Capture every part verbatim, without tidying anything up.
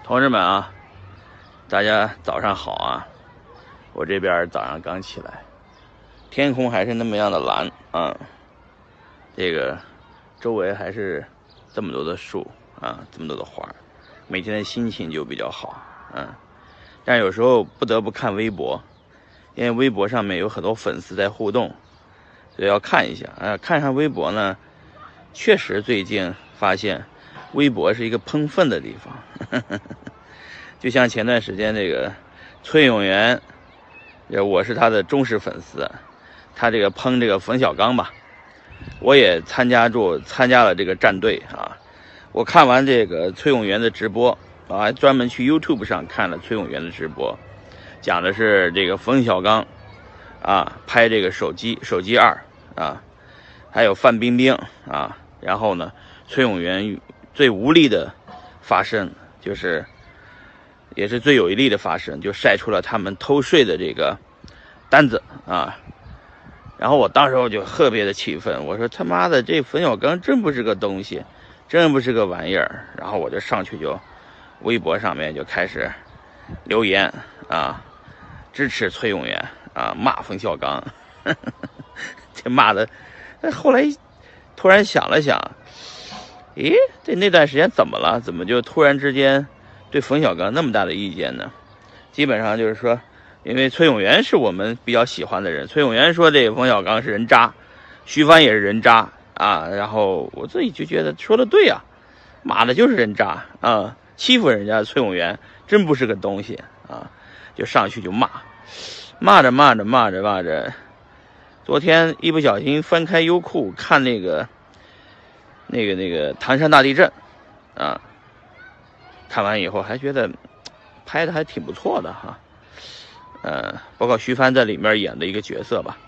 同志们啊，大家早上好啊！我这边早上刚起来，天空还是那么样的蓝啊，这个周围还是这么多的树啊，这么多的花，每天的心情就比较好，嗯。但有时候不得不看微博，因为微博上面有很多粉丝在互动，所以要看一下啊。看上微博呢，确实最近发现微博是一个喷粪的地方，就像前段时间这个崔永元，我是他的忠实粉丝，他这个喷这个冯小刚吧，我也参加住参加了这个战队啊。我看完这个崔永元的直播啊，还专门去 YouTube 上看了崔永元的直播，讲的是这个冯小刚啊拍这个手机手机二啊，还有范冰冰啊，然后呢崔永元最无力的发声，就是也是最有力的发声，就晒出了他们偷税的这个单子啊。然后我当时我就特别的气愤，我说他妈的这冯小刚真不是个东西，真不是个玩意儿。然后我就上去就微博上面就开始留言啊，支持崔永元啊，骂冯小刚，呵呵这骂的。后来突然想了想，诶，这那段时间怎么了？怎么就突然之间对冯小刚那么大的意见呢？基本上就是说，因为崔永元是我们比较喜欢的人，崔永元说这冯小刚是人渣，徐帆也是人渣啊。然后我自己就觉得说的对啊，骂的就是人渣啊，欺负人家崔永元真不是个东西啊，就上去就骂，骂着骂着骂着骂着，昨天一不小心翻开优酷看那个那个那个唐山大地震啊，看完以后还觉得拍的还挺不错的哈，呃，包括徐帆在里面演的一个角色吧，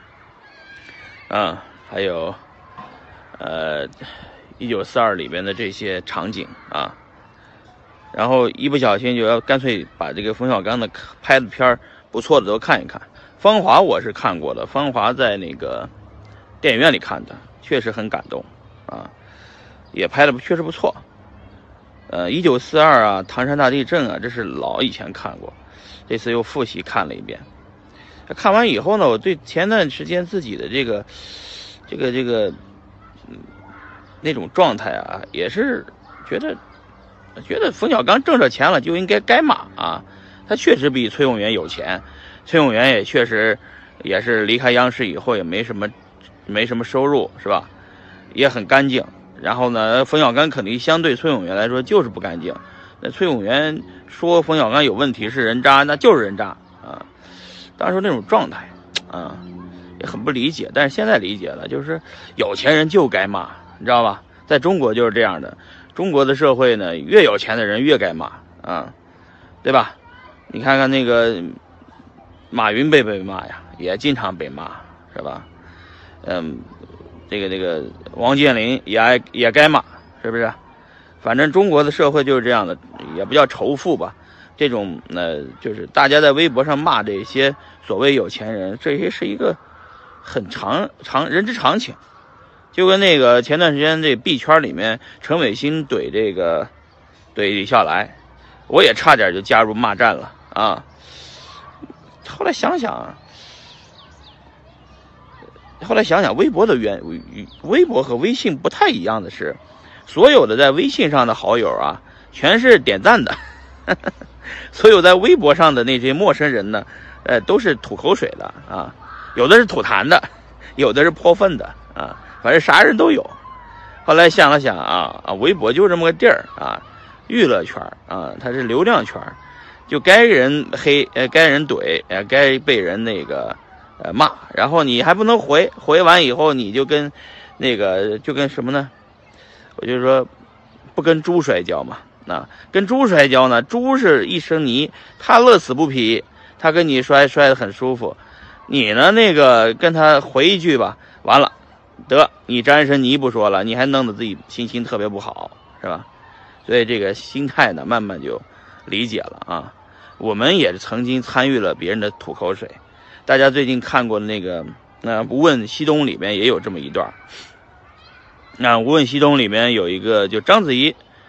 啊，还有呃一九四二里边的这些场景啊，然后一不小心就要干脆把这个冯小刚的拍的片儿不错的都看一看。芳华我是看过的，芳华在那个电影院里看的，确实很感动啊，也拍的确实不错。呃，一九四二啊，唐山大地震啊，这是老以前看过，这次又复习看了一遍。看完以后呢，我对前段时间自己的这个这个这个、嗯、那种状态啊，也是觉得觉得冯小刚挣着钱了就应该该骂啊，他确实比崔永元有钱，崔永元也确实也是离开央视以后也没什么没什么收入是吧，也很干净。然后呢，冯小刚肯定相对崔永元来说就是不干净。那崔永元说冯小刚有问题是人渣，那就是人渣啊。当时那种状态啊，也很不理解。但是现在理解了，就是有钱人就该骂，你知道吧？在中国就是这样的。中国的社会呢，越有钱的人越该骂啊，对吧？你看看那个马云被被骂呀，也经常被骂，是吧？嗯。这个这个王健林也爱也该骂，是不是？反正中国的社会就是这样的，也不叫仇富吧。这种呃，就是大家在微博上骂这些所谓有钱人，这些是一个很常常人之常情。就跟那个前段时间这币圈里面陈伟新怼这个怼李笑来，我也差点就加入骂战了啊。后来想想。后来想想，微博的原微博和微信不太一样的是，所有的在微信上的好友啊，全是点赞的，呵呵，所有在微博上的那些陌生人呢，呃，都是吐口水的啊，有的是吐痰的，有的是泼粪的啊，反正啥人都有。后来想了想啊啊，微博就这么个地儿啊，娱乐圈啊，它是流量圈，就该人黑，呃，该人怼，呃，该被人那个。呃骂，然后你还不能回，回完以后你就跟那个就跟什么呢？我就说不跟猪摔跤嘛，那跟猪摔跤呢，猪是一身泥，他乐此不疲，他跟你摔摔得很舒服，你呢那个跟他回一句吧，完了，得你沾身泥不说了，你还弄得自己心情特别不好，是吧？所以这个心态呢，慢慢就理解了啊。我们也曾经参与了别人的吐口水。大家最近看过的那个那、呃《无问西东》里面也有这么一段。那《无问西东》里面有一个就章子怡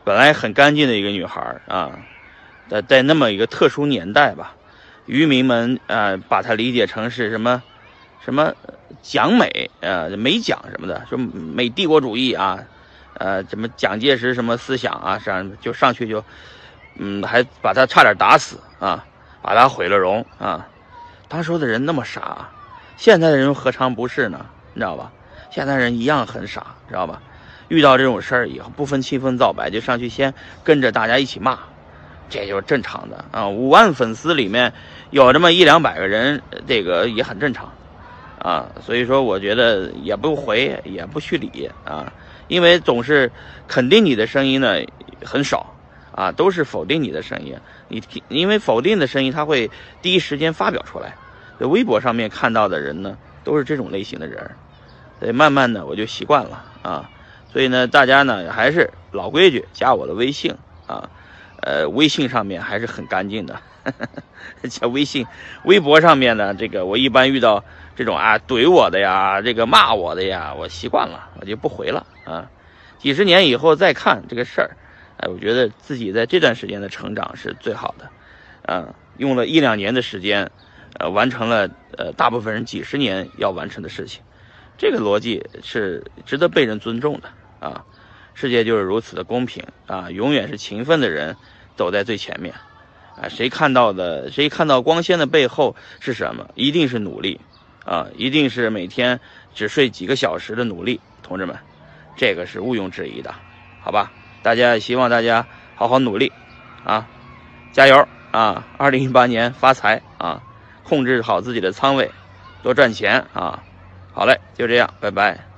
本来很干净的一个女孩啊，在在那么一个特殊年代吧，渔民们呃把它理解成是什么什么蒋美呃美蒋什么的，说美帝国主义啊，呃什么蒋介石什么思想啊，上就上去就嗯还把他差点打死啊，把他毁了容啊。当时的人那么傻，现在的人何尝不是呢？你知道吧？现在人一样很傻，知道吧？遇到这种事儿以后，不分青红皂白就上去先跟着大家一起骂，这就是正常的啊。五万粉丝里面有这么一两百个人，这个也很正常啊。所以说，我觉得也不回，也不去理啊，因为总是肯定你的声音呢很少啊，都是否定你的声音。你因为否定的声音，它会第一时间发表出来。在微博上面看到的人呢，都是这种类型的人，所以慢慢的我就习惯了啊。所以呢，大家呢还是老规矩，加我的微信啊，呃，微信上面还是很干净的。加微信，微博上面呢，这个我一般遇到这种啊怼我的呀，这个骂我的呀，我习惯了，我就不回了啊。几十年以后再看这个事儿，哎，我觉得自己在这段时间的成长是最好的，啊，用了一两年的时间，呃，完成了呃大部分人几十年要完成的事情，这个逻辑是值得被人尊重的。啊，世界就是如此的公平啊！永远是勤奋的人走在最前面啊！谁看到的，谁看到光鲜的背后是什么？一定是努力啊！一定是每天只睡几个小时的努力，同志们，这个是毋庸置疑的，好吧？大家希望大家好好努力啊，加油啊！二零一八年发财啊！控制好自己的仓位，多赚钱啊！好嘞，就这样，拜拜。